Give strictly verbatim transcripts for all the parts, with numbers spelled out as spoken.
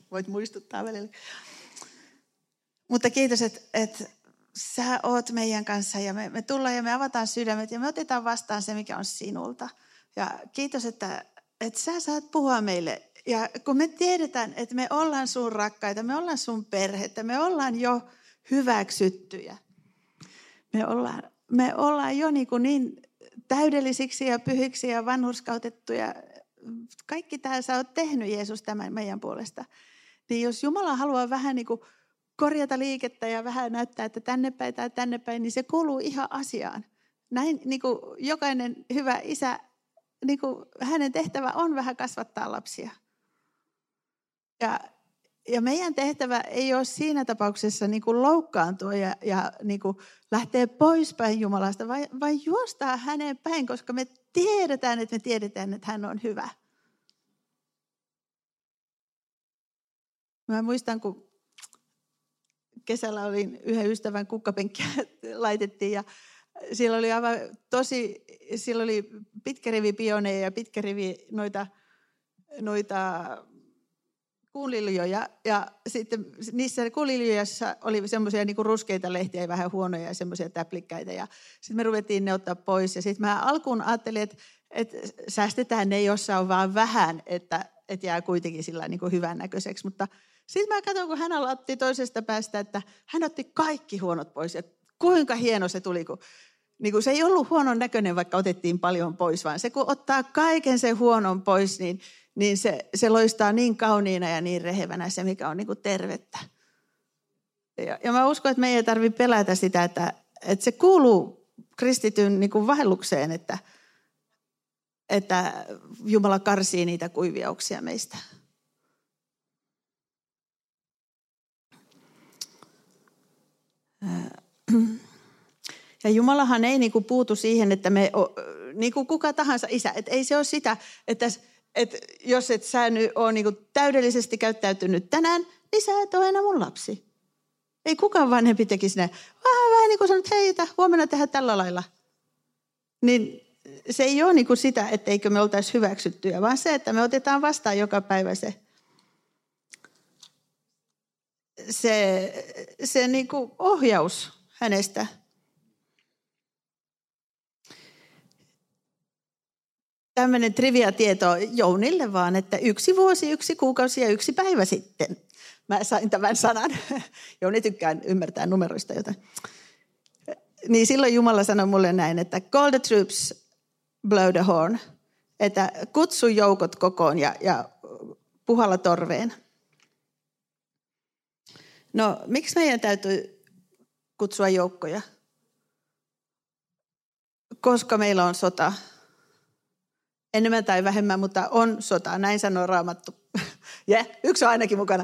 Voit muistuttaa välillä. Mutta kiitos, että, että sä oot meidän kanssa ja me, me tullaan ja me avataan sydämet ja me otetaan vastaan se, mikä on sinulta. Ja kiitos, että, että sä saat puhua meille. Ja kun me tiedetään, että me ollaan sun rakkaita, me ollaan sun perhettä, me ollaan jo hyväksyttyjä. Me ollaan, me ollaan jo niin, kuin niin täydellisiksi ja pyhiksi ja vanhurskautettuja. Kaikki tämä sä oot tehnyt, Jeesus, tämän meidän puolesta. Niin jos Jumala haluaa vähän niin kuin korjata liikettä ja vähän näyttää, että tänne päin tai tänne päin, niin se kuuluu ihan asiaan. Näin niin kuin jokainen hyvä isä, niin kuin hänen tehtävä on vähän kasvattaa lapsia. Ja, ja meidän tehtävä ei ole siinä tapauksessa niin kuin loukkaantua ja, ja niin kuin lähteä poispäin Jumalasta, vaan, vaan juostaa häneen päin, koska me tiedetään, että me tiedetään, että hän on hyvä. Mä muistan, kun kesällä olin yhden ystävän kukkapenkkiä laitettiin ja siellä oli aivan tosi, siellä oli pitkä rivi pioneja ja pitkä rivi noita, noita kuunliljoja. Ja sitten niissä kuunliljoissa oli semmoisia niinku ruskeita lehtiä ja vähän huonoja ja semmoisia täplikkäitä. Ja sitten me ruvettiin ne ottaa pois. Ja sitten mä alkuun ajattelin, että, että säästetään ne, jossa on vaan vähän, että, että jää kuitenkin sillä niinku hyvän näköiseksi. Mutta sitten mä katson, kun hän otti toisesta päästä, että hän otti kaikki huonot pois. Ja kuinka hieno se tuli, kun niin kuin se ei ollut huonon näköinen, vaikka otettiin paljon pois, vaan se kun ottaa kaiken sen huonon pois, niin, niin se, se loistaa niin kauniina ja niin rehevänä se, mikä on niin kuin tervettä. Ja, ja mä uskon, että me ei tarvitse pelätä sitä, että, että se kuuluu kristityn niin kuin vaellukseen, että, että Jumala karsii niitä kuiviauksia meistä. Ja Jumalahan ei niinku puutu siihen, että me, niinku kuka tahansa isä, että ei se ole sitä, että, että jos et sä nyt ole niinku täydellisesti käyttäytynyt tänään, niin sä et ole enää mun lapsi. Ei kukaan vanhempi tekisi näin. Vähän, vähän niin kuin sanot, hei, huomenna tehdään tällä lailla. Niin se ei ole niinku sitä, etteikö me oltaisi hyväksyttyjä, vaan se, että me otetaan vastaan joka päivä se, se, se niinku ohjaus hänestä. Tämmöinen trivia-tieto Jounille vaan, että yksi vuosi, yksi kuukausi ja yksi päivä sitten. Mä sain tämän sanan. Jouni tykkää ymmärtää numeroista jotain. Niin silloin Jumala sanoi mulle näin, että call the troops, blow the horn. Että kutsu joukot kokoon ja, ja puhalla torveen. No, miksi meidän täytyy kutsua joukkoja? Koska meillä on sota. Enemmän tai vähemmän, mutta on sota. Näin sanoo Raamattu. Ja yeah, yksi on ainakin mukana.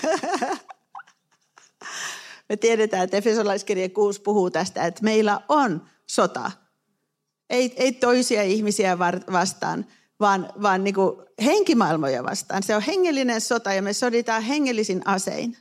Me tiedetään, että Efesolaiskirje kuusi puhuu tästä, että meillä on sota. Ei, ei toisia ihmisiä vastaan, vaan, vaan niin kuin henkimaailmoja vastaan. Se on hengellinen sota ja me soditaan hengellisin asein.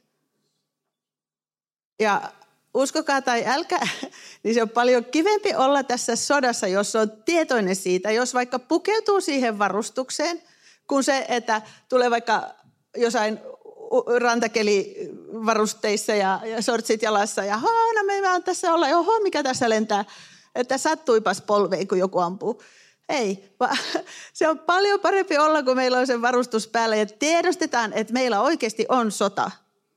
Ja uskokaa tai älkää, niin se on paljon kivempi olla tässä sodassa, jos on tietoinen siitä, jos vaikka pukeutuu siihen varustukseen, kun se, että tulee vaikka jossain rantakelivarusteissa ja, ja sortsit jalassa ja haa, no me vaan tässä olla, oho, mikä tässä lentää, että sattuipas polveen, kun joku ampuu. Ei, vaan se on paljon parempi olla, kun meillä on se varustus päällä ja tiedostetaan, että meillä oikeasti on sota.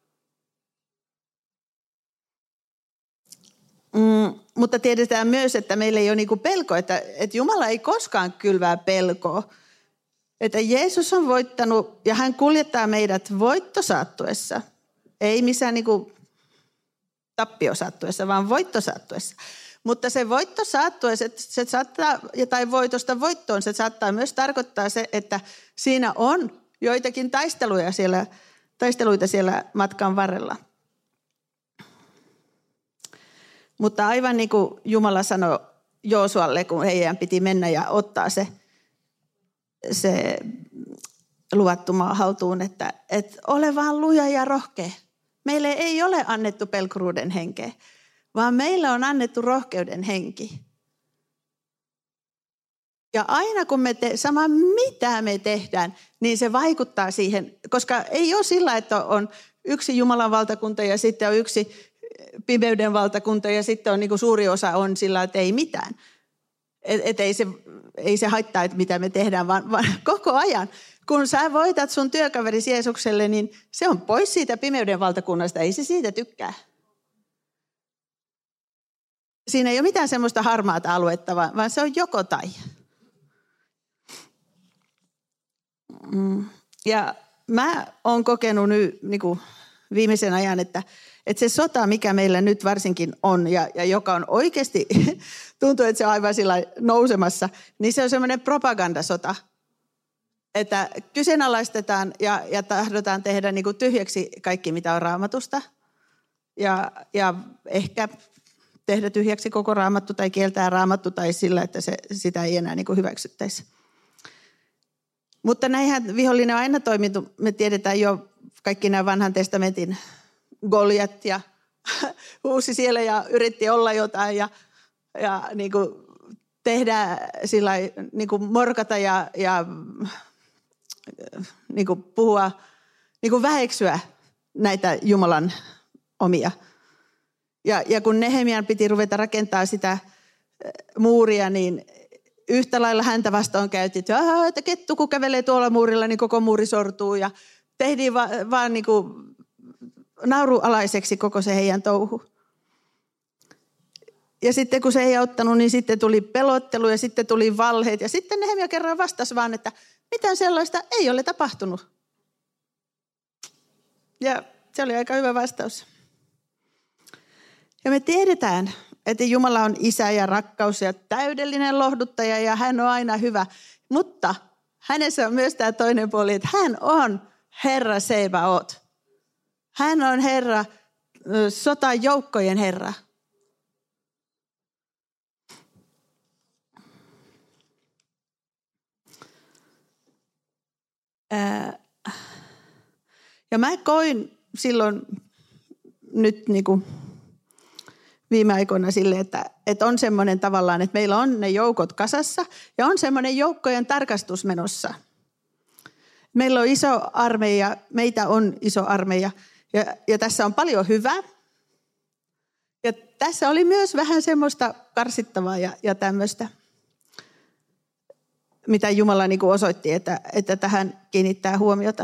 Mm, mutta tiedetään myös, että meillä ei ole niinku pelko, että, että Jumala ei koskaan kylvää pelkoa. Että Jeesus on voittanut ja hän kuljettaa meidät voittosaattuessa. Ei missään niinku tappiosaattuessa, vaan voittosaattuessa. Mutta se voittosaattuessa, se saattaa, tai voitosta voittoon, se saattaa myös tarkoittaa se, että siinä on joitakin taisteluja siellä, taisteluita siellä matkan varrella. Mutta aivan niin kuin Jumala sanoi Joosualle, kun heidän piti mennä ja ottaa se, se luvattu maa haltuun, että, että ole vaan luja ja rohkea. Meille ei ole annettu pelkuruuden henkeä, vaan meille on annettu rohkeuden henki. Ja aina kun me te, sama mitä me tehdään, niin se vaikuttaa siihen, koska ei ole sillä, että on yksi Jumalan valtakunta ja sitten on yksi pimeyden valtakunta ja sitten on niin kuin suuri osa on sillä, että ei mitään. Et, et ei, se, ei se haittaa, että mitä me tehdään, vaan, vaan koko ajan. Kun sä voitat sun työkaverisi Jeesukselle, niin se on pois siitä pimeyden valtakunnasta, ei se siitä tykkää. Siinä ei ole mitään semmoista harmaata aluetta, vaan, vaan se on joko tai. Ja mä oon kokenut nyt niin kuin viimeisen ajan, että, että se sota, mikä meillä nyt varsinkin on, ja, ja joka on oikeasti, tuntuu, että se on aivan sillä nousemassa, niin se on semmoinen propagandasota, että kyseenalaistetaan ja, ja tahdotaan tehdä niin kuin tyhjäksi kaikki, mitä on Raamatusta, ja, ja ehkä tehdä tyhjäksi koko Raamattu tai kieltää Raamattu tai sillä, että se, sitä ei enää niin kuin hyväksyttäisi. Mutta näinhän vihollinen on aina toiminut. Me tiedetään jo kaikki nämä vanhan testamentin Goliat ja huusi siellä ja yritti olla jotain ja, ja niin kuin tehdä sillä niin kuin morkata ja, ja niin kuin puhua, niin kuin väheksyä näitä Jumalan omia. Ja, ja kun Nehemian piti ruveta rakentamaan sitä muuria, niin yhtä lailla häntä vastaan käytiin, että, että kettu kun kävelee tuolla muurilla, niin koko muuri sortuu. Ja tehtiin va, vaan niin kuin naurualaiseksi koko se heidän touhu. Ja sitten kun se ei auttanut, niin sitten tuli pelottelu ja sitten tuli valheet. Ja sitten Nehemia kerran vastasi vaan, että mitään sellaista ei ole tapahtunut. Ja se oli aika hyvä vastaus. Ja me tiedetään, että Jumala on isä ja rakkaus ja täydellinen lohduttaja ja hän on aina hyvä. Mutta hänessä on myös tämä toinen puoli, että hän on Herra Sebaot. Hän on Herra, sotajoukkojen Herra. Ja mä koin silloin nyt niin kuin viime aikoina sille, että, että on semmoinen tavallaan, että meillä on ne joukot kasassa ja on semmoinen joukkojen tarkastus menossa. Meillä on iso armeija, meitä on iso armeija ja, ja tässä on paljon hyvää. Ja tässä oli myös vähän semmoista karsittavaa ja, ja tämmöistä, mitä Jumala niin kuin osoitti, että, että tähän kiinnittää huomiota.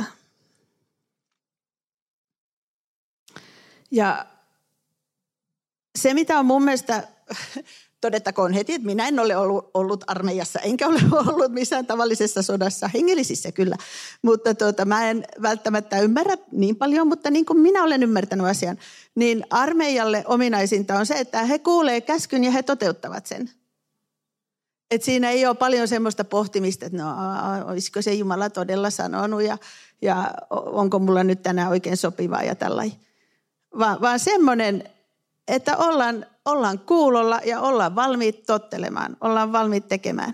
Ja se, mitä on mun mielestä, todettakoon heti, että minä en ole ollut, ollut armeijassa, enkä ole ollut missään tavallisessa sodassa, hengellisissä kyllä. Mutta tuota, mä en välttämättä ymmärrä niin paljon, mutta niin kuin minä olen ymmärtänyt asian, niin armeijalle ominaisinta on se, että he kuulee käskyn ja he toteuttavat sen. Et siinä ei ole paljon semmoista pohtimista, että no, olisiko se Jumala todella sanonut ja, ja onko mulla nyt tänään oikein sopivaa ja tällainen. Va, vaan semmoinen, että ollaan, ollaan kuulolla ja ollaan valmiit tottelemaan, ollaan valmiit tekemään.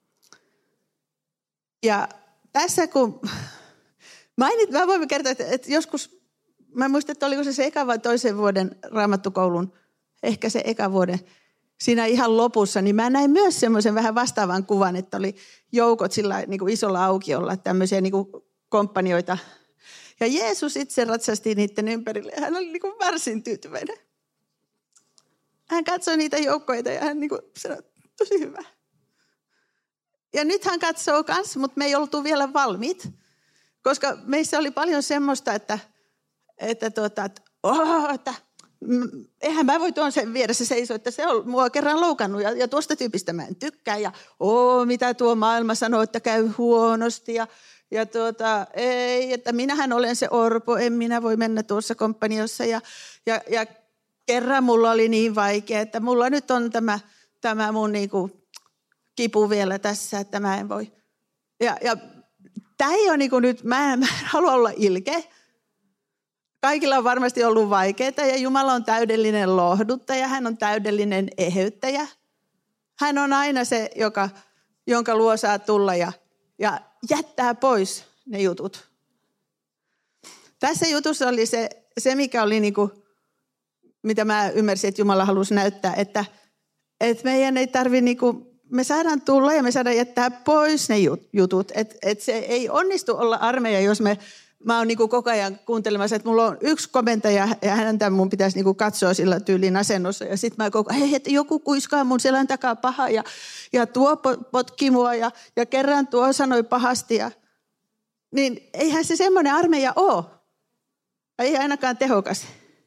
Ja tässä kun mainit, mä voin kertoa, että, että joskus, mä muistan, että oliko se se eka vai toisen vuoden raamattukoulun, ehkä se eka vuoden, siinä ihan lopussa, niin mä näin myös semmoisen vähän vastaavan kuvan, että oli joukot sillä niin kuin isolla aukiolla, tämmöisiä niin kuin komppanioita. Ja Jeesus itse ratsasti niiden ympärille ja hän oli niin kuin varsin tyytyväinen. Hän katsoi niitä joukkoita ja hän niin kuin sanoi, tosi hyvä. Ja nyt hän katsoo kanssa, mutta me ei oltu vielä valmiit. Koska meissä oli paljon semmoista, että, että, tuota, että, oh, että eihän mä voi tuon sen vieressä seisoa, että se on mua kerran loukannut ja, ja tuosta tyypistä mä en tykkää. Ja oh, mitä tuo maailma sanoo, että käy huonosti ja, ja tuota, ei, että minähän olen se orpo, en minä voi mennä tuossa kompaniossa. Ja, ja, ja kerran mulla oli niin vaikea, että mulla nyt on tämä, tämä mun niinku kipu vielä tässä, että mä en voi. Ja, ja tämä ei ole niinku nyt, mä en, mä en halua olla ilkeä. Kaikilla on varmasti ollut vaikeaa ja Jumala on täydellinen lohduttaja, hän on täydellinen eheyttäjä. Hän on aina se, joka, jonka luo saa tulla ja, ja jättää pois ne jutut. Tässä jutussa oli se, se mikä oli niinku, mitä mä ymmärsin, että Jumala halusi näyttää, että, että meidän ei tarvitse niinku me saadaan tulla ja me saadaan jättää pois ne jutut. Että et se ei onnistu olla armeija, jos me, mä oon niinku koko ajan kuuntelemassa, että mulla on yksi komentaja ja häntä mun pitäisi niinku katsoa sillä tyylin asennossa. Ja sit mä koko ajan, hei, että joku kuiskaa mun selän takaa paha ja, ja tuo potki mua ja, ja kerran tuo sanoi pahasti. Ja, niin eihän se semmoinen armeija ole. Ei ainakaan tehokas.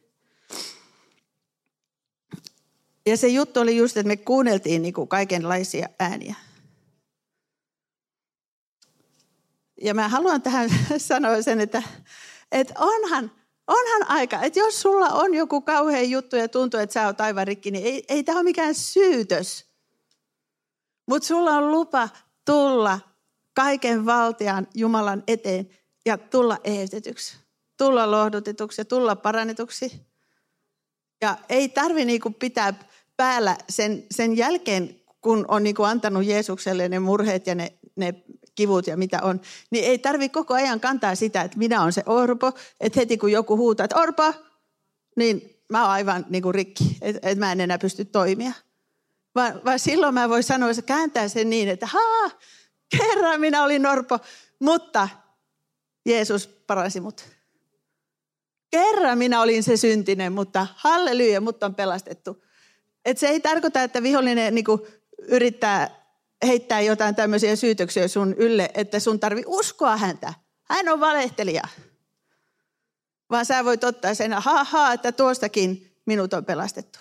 Ja se juttu oli just, että me kuunneltiin niinku kaikenlaisia ääniä. Ja mä haluan tähän sanoa sen, että, että onhan, onhan aika, että jos sulla on joku kauhea juttu ja tuntuu, että sä oot aivan rikki, niin ei, ei tämä ole mikään syytös. Mutta sulla on lupa tulla kaiken valtian Jumalan eteen ja tulla eheytetyksi, tulla lohdutetuksi ja tulla parannetuksi. Ja ei tarvitse niinku pitää päällä sen, sen jälkeen, kun on niinku antanut Jeesukselle ne murheet ja ne, ne kivut ja mitä on, niin ei tarvitse koko ajan kantaa sitä, että minä olen se orpo, että heti kun joku huutaa, että orpo, niin mä oon aivan niinku rikki, että et mä en enää pysty toimia. Vaan, vaan silloin mä voin sanoa, että kääntää sen niin, että haa, kerran minä olin orpo, mutta Jeesus paransi mut. Kerran minä olin se syntinen, mutta halleluja, mut on pelastettu. Et se ei tarkoita, että vihollinen niinku yrittää heittää jotain tämmöisiä syytöksiä sun ylle, että sun tarvii uskoa häntä. Hän on valehtelija. Vaan sä voit ottaa sen, haa haa, että tuostakin minut on pelastettu.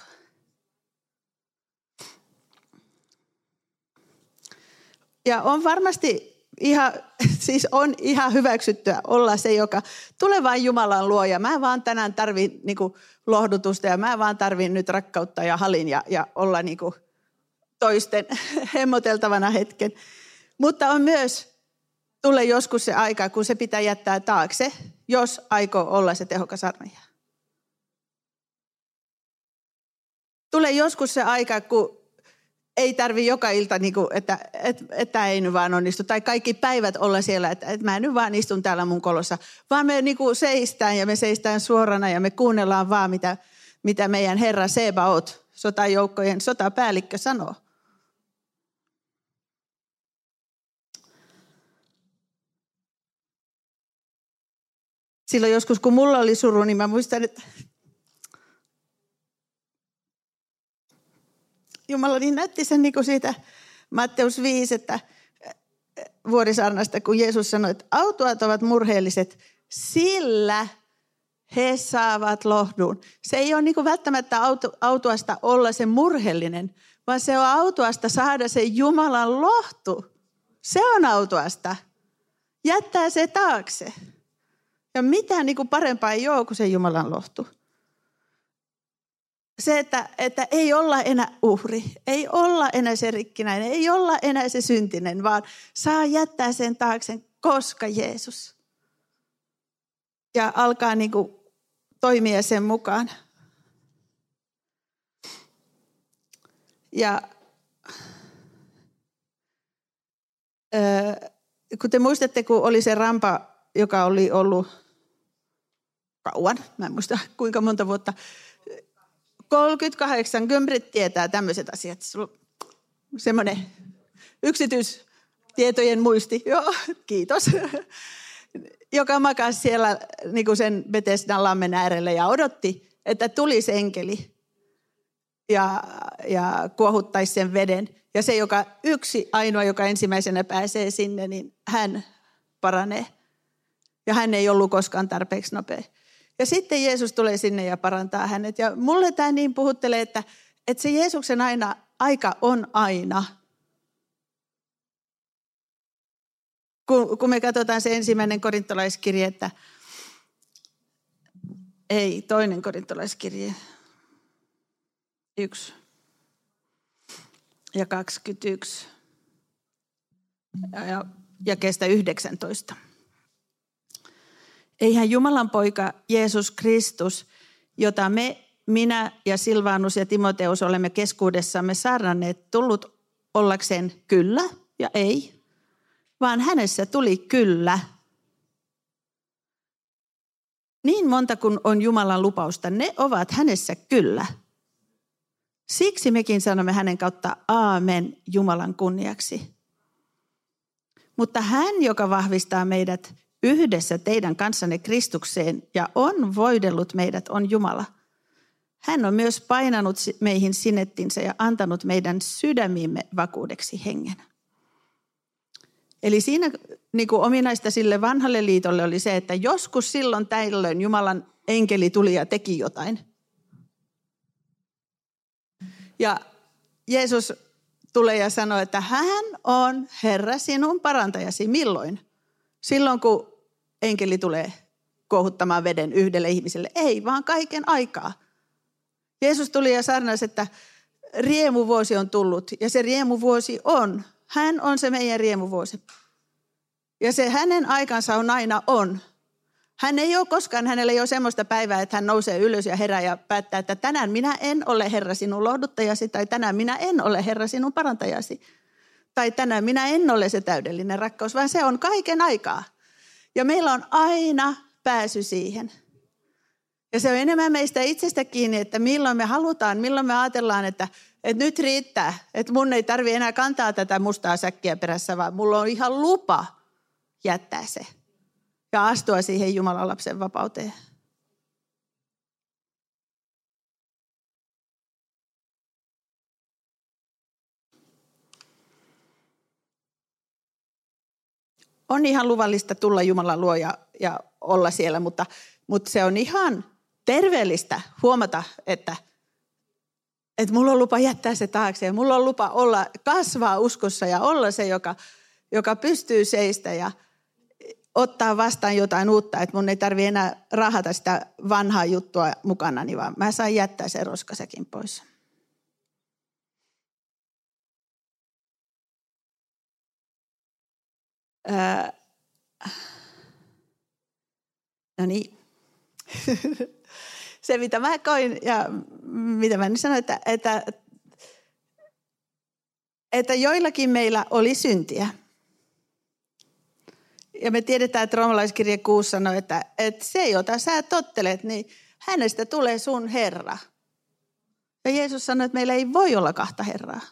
Ja on varmasti ihan, siis on ihan hyväksyttyä olla se, joka tulee vain Jumalan luoja. Mä vaan tänään tarvin niinku lohdutusta ja mä vaan tarvin nyt rakkautta ja halin ja, ja olla niinku toisten hemmoteltavana hetken. Mutta on myös, tulee joskus se aika, kun se pitää jättää taakse, jos aikoo olla se tehokas armeija. Tulee joskus se aika, kun ei tarvi joka ilta, niin kuin, että, että, että ei nyt vaan onnistu. Tai kaikki päivät olla siellä, että, että mä nyt vaan istun täällä mun kolossa. Vaan me niin kuin seistään ja me seistään suorana ja me kuunnellaan vaan, mitä, mitä meidän Herra Sebaot, sotajoukkojen sotapäällikkö, sanoo. Silloin joskus, kun mulla oli suru, niin mä muistan, että Jumala niin näytti sen niin kuin siitä Matteus viisi, että vuorisaarnasta, kun Jeesus sanoi, että autuaat ovat murheelliset, sillä he saavat lohdun. Se ei ole niin kuin välttämättä autu, autuasta olla se murheellinen, vaan se on autuasta saada se Jumalan lohtu. Se on autuasta. Jättää se taakse. Ja mitään niin kuin parempaa ei ole kuin se Jumalan lohtu. Se, että, että ei olla enää uhri, ei olla enää se rikkinäinen, ei olla enää se syntinen, vaan saa jättää sen taakse, koska Jeesus. Ja alkaa niin kuin toimia sen mukaan. Ja äh, kun te muistatte, kun oli se rampa, joka oli ollut kauan, mä en muista kuinka monta vuotta, kolmekymmentäkahdeksan, Gömbrit tietää tämmöiset asiat. Semmoinen yksityistietojen muisti. Joo, kiitos. Joka makasi siellä niin kuin sen Betesdan lammen äärellä ja odotti, että tulisi enkeli ja, ja kuohuttaisi sen veden. Ja se, joka yksi ainoa, joka ensimmäisenä pääsee sinne, niin hän paranee. Ja hän ei ollut koskaan tarpeeksi nopea. Ja sitten Jeesus tulee sinne ja parantaa hänet. Ja mulle tämä niin puhuttelee, että, että se Jeesuksen aina, aika on aina. Kun, kun me katsotaan se ensimmäinen korintolaiskirje, että ei, toinen korintolaiskirje, yksi ja kaksikymmentäyksi ja, ja, ja kestä yhdeksäntoista. Eihän Jumalan poika Jeesus Kristus, jota me, minä ja Silvanus ja Timoteus olemme keskuudessamme saarnanneet, tullut ollakseen kyllä ja ei, vaan hänessä tuli kyllä. Niin monta kuin on Jumalan lupausta, ne ovat hänessä kyllä. Siksi mekin sanomme hänen kautta aamen Jumalan kunniaksi. Mutta hän, joka vahvistaa meidät yhdessä teidän kanssanne Kristukseen ja on voidellut meidät, on Jumala. Hän on myös painanut meihin sinettinsä ja antanut meidän sydämiimme vakuudeksi hengen. Eli siinä niin kuin ominaista sille vanhalle liitolle oli se, että joskus silloin tällöin Jumalan enkeli tuli ja teki jotain. Ja Jeesus tulee ja sanoo, että hän on Herra sinun parantajasi. Milloin? Silloin kun enkeli tulee kuohuttamaan veden yhdelle ihmiselle. Ei, vaan kaiken aikaa. Jeesus tuli ja saarnasi, että riemuvuosi on tullut ja se riemuvuosi on. Hän on se meidän riemuvuosi. Ja se hänen aikansa on aina on. Hän ei ole koskaan, hänellä ei ole semmoista päivää, että hän nousee ylös ja herää ja päättää, että tänään minä en ole Herra sinun lohduttajasi tai tänään minä en ole Herra sinun parantajasi. Tai tänään minä en ole se täydellinen rakkaus, vaan se on kaiken aikaa. Ja meillä on aina pääsy siihen. Ja se on enemmän meistä itsestä kiinni, että milloin me halutaan, milloin me ajatellaan, että, että nyt riittää. Että mun ei tarvitse enää kantaa tätä mustaa säkkiä perässä, vaan mulla on ihan lupa jättää se. Ja astua siihen Jumalan lapsen vapauteen. On ihan luvallista tulla Jumalan luo ja, ja olla siellä, mutta, mutta se on ihan terveellistä huomata, että, että mulla on lupa jättää se taakse ja mulla on lupa olla, kasvaa uskossa ja olla se, joka, joka pystyy seistä ja ottaa vastaan jotain uutta, että mun ei tarvitse enää rahata sitä vanhaa juttua mukanani, vaan mä saan jättää sen roskasäkin pois. Öö. No niin. Se, mitä mä koin ja mitä mä nyt sanoin, että, että, että joillakin meillä oli syntiä. Ja me tiedetään, että roomalaiskirje kuusi sanoo, että, että se, jota sä tottelet, niin hänestä tulee sun Herra. Ja Jeesus sanoi, että meillä ei voi olla kahta Herraa.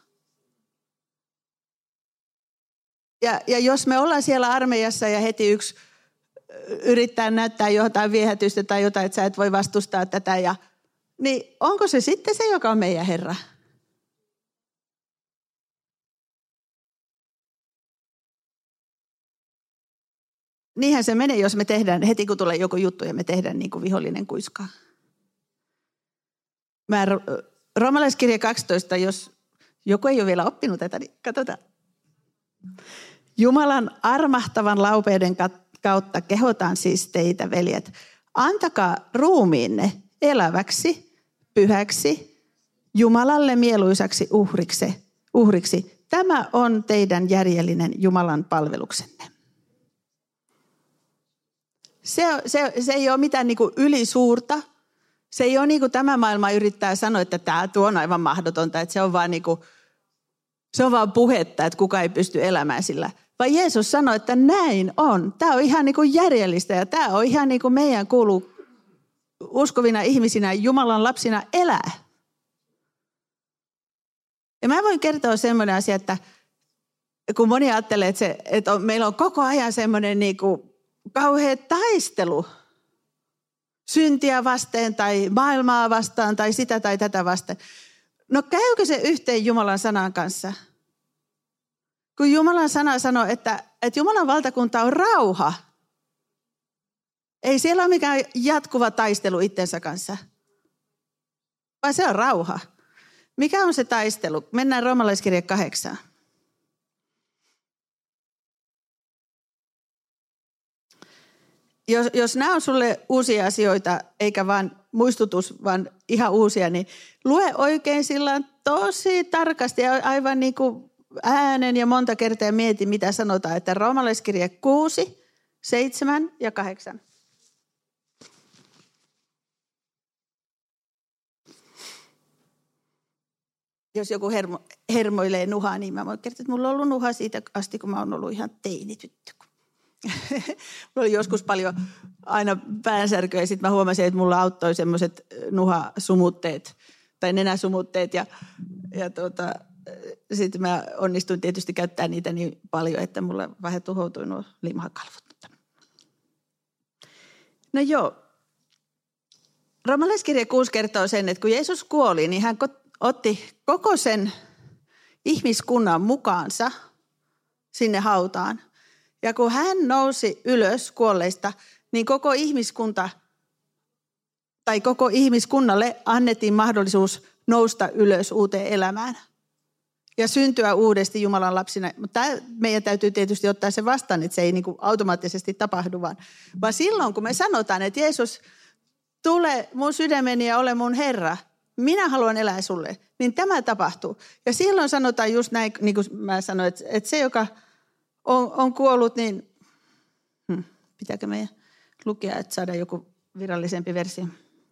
Ja, ja jos me ollaan siellä armeijassa ja heti yksi yrittää näyttää jotain viehätystä tai jotain, että sä et voi vastustaa tätä, ja, niin onko se sitten se, joka on meidän Herra? Niinhän se menee, jos me tehdään, heti kun tulee joku juttu ja me tehdään niin kuin vihollinen kuiskaa. Mä, Roomalaiskirja kaksitoista, jos joku ei ole vielä oppinut tätä, niin katsotaan. Jumalan armahtavan laupeuden kautta kehotaan siis teitä, veljet. Antakaa ruumiinne eläväksi, pyhäksi, Jumalalle mieluisaksi uhriksi. uhriksi. Tämä on teidän järjellinen Jumalan palveluksenne. Se, se, se ei ole mitään niin kuin ylisuurta. Se ei ole niin kuin tämä maailma yrittää sanoa, että tämä tuo on aivan mahdotonta. Että se on vaan niin kuin, se on vaan puhetta, että kukaan ei pysty elämään sillä. Vaan Jeesus sanoi, että näin on. Tämä on ihan niin kuin järjellistä ja tämä on ihan niin kuin meidän kuuluu uskovina ihmisinä, Jumalan lapsina elää. Ja mä voin kertoa semmoinen asia, että kun moni ajattelee, että, se, että on, meillä on koko ajan semmoinen niin kuin kauhea taistelu syntiä vastaan tai maailmaa vastaan tai sitä tai tätä vastaan. No käykö se yhteen Jumalan sanan kanssa? Kun Jumalan sana sanoo, että, että Jumalan valtakunta on rauha. Ei siellä ole mikään jatkuva taistelu itsensä kanssa, vaan se on rauha. Mikä on se taistelu? Mennään Roomalaiskirje kahdeksaan. Jos, jos nämä on sulle uusia asioita, eikä vaan muistutus, vaan ihan uusia, niin lue oikein sillä tosi tarkasti ja aivan niin kuin äänen ja monta kertaa ja mieti, mitä sanotaan. Että Roomalaiskirje kuusi, seitsemän ja kahdeksan. Jos joku hermo, hermoilee nuhaa, niin mä voin kertoa, että mulla on ollut nuha siitä asti, kun mä oon ollut ihan teinityttö. Mulla oli joskus paljon aina päänsärkyä ja sitten mä huomasin, että mulla auttoi semmoiset nuhasumutteet tai nenäsumutteet ja, ja tuota, sitten mä onnistuin tietysti käyttämään niitä niin paljon, että mulla vähän tuhoutui nuo limakalvot. No joo. Roomalaiskirja kuusi kertoo sen, että kun Jeesus kuoli, niin hän otti koko sen ihmiskunnan mukaansa sinne hautaan. Ja kun hän nousi ylös kuolleista, niin koko ihmiskunta tai koko ihmiskunnalle annettiin mahdollisuus nousta ylös uuteen elämään ja syntyä uudesti Jumalan lapsina. Mutta meidän täytyy tietysti ottaa se vastaan, että se ei niin kuin automaattisesti tapahdu, vaan, vaan silloin kun me sanotaan, että Jeesus, tule mun sydämeni ja ole mun Herra, minä haluan elää sulle, niin tämä tapahtuu. Ja silloin sanotaan just näin, niin kuin mä sanoin, että, että se, joka on, on kuollut, niin hmm, pitääkö meidän lukea, että saadaan joku virallisempi versio.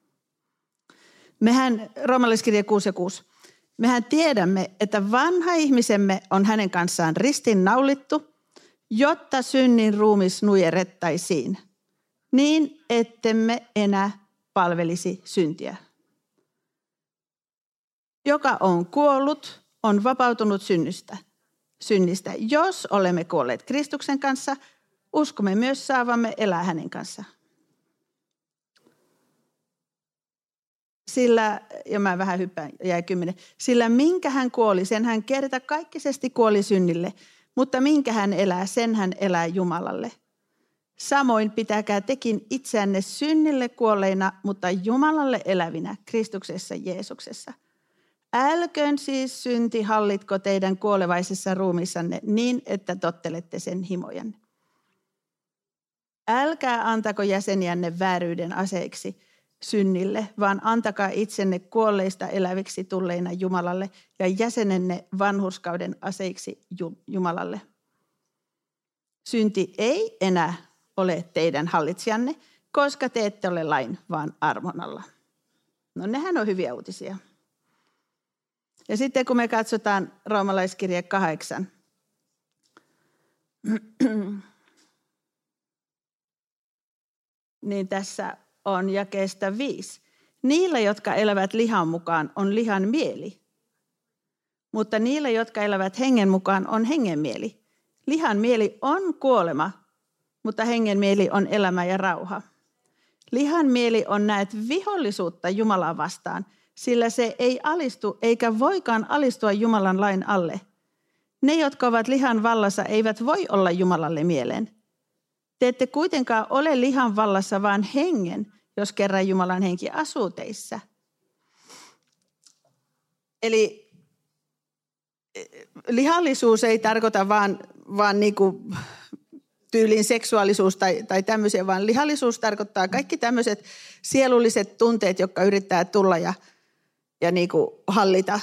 Mehän, Roomalaiskirja kuusi ja kuusi, mehän tiedämme, että vanha ihmisemme on hänen kanssaan ristiinnaulittu, jotta synnin ruumis nujerrettaisiin, niin ettemme enää palvelisi syntiä. Joka on kuollut, on vapautunut synnistä. synnistä. Jos olemme kuolleet Kristuksen kanssa, uskomme myös saavamme elää hänen kanssaan. Sillä, ja mä vähän hyppään, jäi kymmenen, sillä minkä hän kuoli, sen hän kertakaikkisesti kuoli synnille, mutta minkä hän elää, sen hän elää Jumalalle. Samoin pitäkää tekin itseänne synnille kuolleina, mutta Jumalalle elävinä Kristuksessa Jeesuksessa. Älköön siis synti hallitko teidän kuolevaisessa ruumissanne niin, että tottelette sen himojanne. Älkää antako jäseniänne vääryyden aseeksi synnille, vaan antakaa itsenne kuolleista eläviksi tulleina Jumalalle ja jäsenenne vanhurskauden aseiksi Jumalalle. Synti ei enää ole teidän hallitsijanne, koska te ette ole lain, vaan armon alla. No nehän on hyviä uutisia. Ja sitten kun me katsotaan Roomalaiskirja kahdeksan, niin tässä on jakeesta viisi. Niillä, jotka elävät lihan mukaan, on lihan mieli. Mutta niillä, jotka elävät hengen mukaan, on hengen mieli. Lihan mieli on kuolema, mutta hengen mieli on elämä ja rauha. Lihan mieli on näet vihollisuutta Jumalaa vastaan, sillä se ei alistu eikä voikaan alistua Jumalan lain alle. Ne, jotka ovat lihan vallassa, eivät voi olla Jumalalle mieleen. Te ette kuitenkaan ole lihan vallassa, vaan hengen, jos kerran Jumalan henki asuu teissä. Eli lihallisuus ei tarkoita vaan, vaan niin kuin tyylin seksuaalisuus tai, tai tämmöisiä, vaan lihallisuus tarkoittaa kaikki tämmöiset sielulliset tunteet, jotka yrittää tulla ja, ja niin kuin hallita.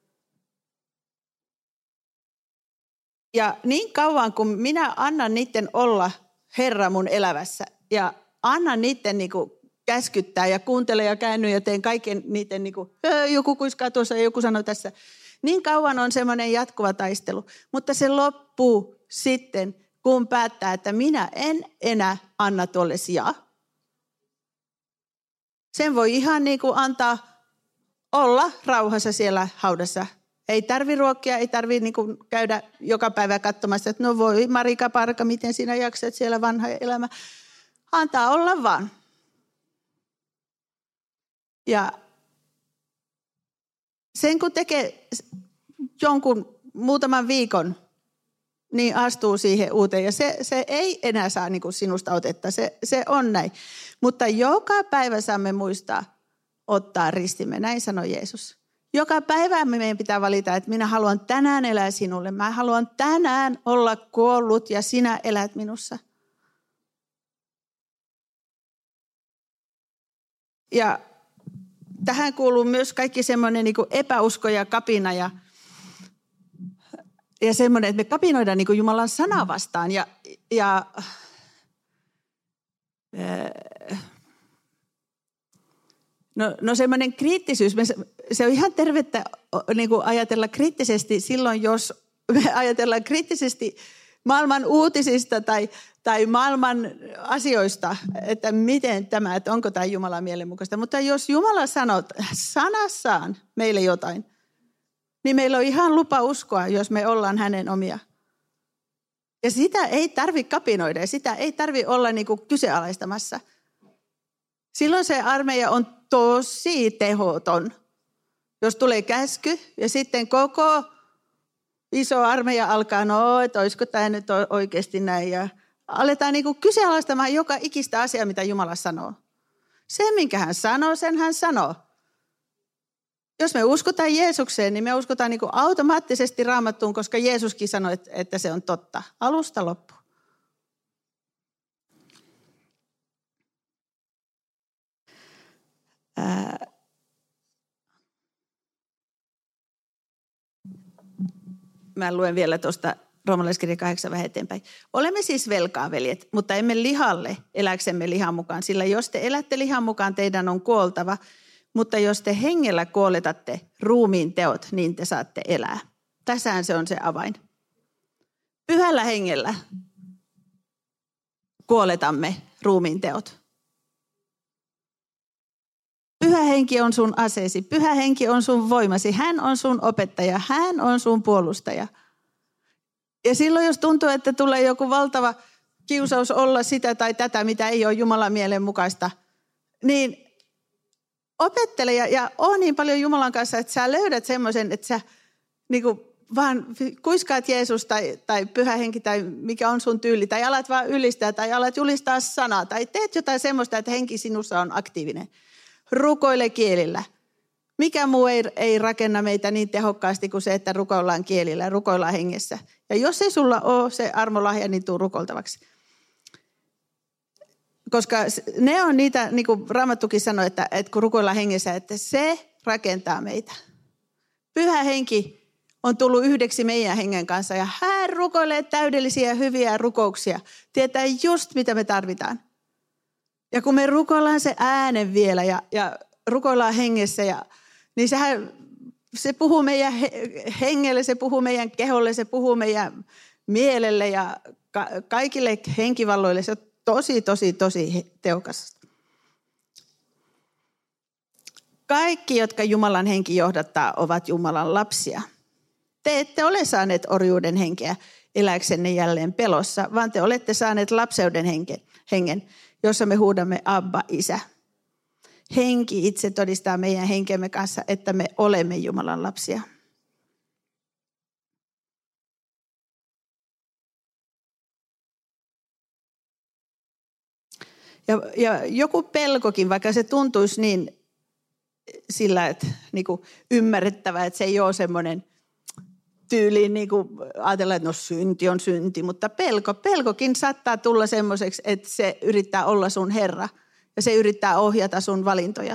Ja niin kauan kun minä annan niiden olla Herra mun elävässä ja annan niiden niin kuin käskyttää ja kuuntele ja käänny ja teen kaiken niiden, niin kuin, joku kuiskaa tuossa ja joku sanoo tässä. Niin kauan on semmoinen jatkuva taistelu, mutta se loppuu sitten, kun päättää, että minä en enää anna tuolle sijaa. Sen voi ihan niin kuin antaa olla rauhassa siellä haudassa. Ei tarvi ruokkia, ei tarvi niin kuin käydä joka päivä katsomassa, että no voi Marika Parka, miten sinä jaksat siellä vanha elämä. Antaa olla vaan. Ja sen kun tekee jonkun muutaman viikon, niin astuu siihen uuteen. Ja se, se ei enää saa niin kuin sinusta otetta, se, se on näin. Mutta joka päivä saamme muistaa ottaa ristimme, näin sanoi Jeesus. Joka päivä meidän pitää valita, että minä haluan tänään elää sinulle. Mä haluan tänään olla kuollut ja sinä elät minussa. Ja tähän kuuluu myös kaikki semmoinen niin kuin epäusko ja kapina ja, ja semmoinen, että me kapinoidaan niin kuin Jumalan sanaa vastaan. Ja, ja no, no semmoinen kriittisyys, se on ihan tervettä niin kuin ajatella kriittisesti silloin, jos me ajatellaan kriittisesti maailman uutisista tai, tai maailman asioista, että miten tämä, että onko tämä Jumalan mielenmukaista. Mutta jos Jumala sanoo sanassaan meille jotain, niin meillä on ihan lupa uskoa, jos me ollaan hänen omia. Ja sitä ei tarvitse kapinoida ja sitä ei tarvitse olla niin kuin kyseenalaistamassa. Silloin se armeija on tosi tehoton. Jos tulee käsky ja sitten koko iso armeija alkaa, no, että olisiko tämä nyt oikeasti näin. Ja aletaan niin kuin kyseenalaistamaan joka ikistä asiaa, mitä Jumala sanoo. Se, minkä hän sanoo, sen hän sanoo. Jos me uskotaan Jeesukseen, niin me uskotaan niin kuin automaattisesti Raamattuun, koska Jeesuskin sanoi, että se on totta. Alusta loppuun. Ää... Mä luen vielä tuosta Roomalaiskirja kahdeksan vähän eteenpäin. Olemme siis velkaa, veljet, mutta emme lihalle eläksemme lihan mukaan, sillä jos te elätte lihan mukaan, teidän on kuoltava. Mutta jos te hengellä kuoletatte ruumiin teot, niin te saatte elää. Tässähän se on se avain. Pyhällä hengellä kuoletamme ruumiin teot. Pyhä henki on sun aseesi. Pyhä henki on sun voimasi. Hän on sun opettaja. Hän on sun puolustaja. Ja silloin, jos tuntuu, että tulee joku valtava kiusaus olla sitä tai tätä, mitä ei ole Jumalan mielen mukaista, niin opettele ja, ja ole niin paljon Jumalan kanssa, että sä löydät semmoisen, että sä niin kuin vaan kuiskaat Jeesus tai, tai Pyhä Henki tai mikä on sun tyyli. Tai alat vaan ylistää tai alat julistaa sanaa. Tai teet jotain semmoista, että henki sinussa on aktiivinen. Rukoile kielillä. Mikä muu ei, ei rakenna meitä niin tehokkaasti kuin se, että rukoillaan kielillä, rukoillaan hengessä. Ja jos ei sulla ole se armolahja, niin tuu rukoiltavaksi. Koska ne on niitä, niin kuin Raamattukin sanoi, että, että kun rukoillaan hengessä, että se rakentaa meitä. Pyhä henki on tullut yhdeksi meidän hengen kanssa ja hän rukoilee täydellisiä hyviä rukouksia. Tietää just mitä me tarvitaan. Ja kun me rukoillaan se äänen vielä ja, ja rukoillaan hengessä, ja, niin sehän, se puhuu meidän hengelle, se puhuu meidän keholle, se puhuu meidän mielelle ja ka- kaikille henkivalloille. Se on tosi, tosi, tosi tehokas. Kaikki, jotka Jumalan henki johdattaa, ovat Jumalan lapsia. Te ette ole saaneet orjuuden henkeä eläksenne jälleen pelossa, vaan te olette saaneet lapseuden hengen, jossa me huudamme Abba, Isä. Henki itse todistaa meidän henkemme kanssa, että me olemme Jumalan lapsia. Ja, ja joku pelkokin, vaikka se tuntuisi niin sillä, että niin kuin ymmärrettävä, että se ei ole semmoinen tyyliin niin kuin ajatellaan, että no synti on synti, mutta pelko, pelkokin saattaa tulla semmoiseksi, että se yrittää olla sun Herra ja se yrittää ohjata sun valintoja.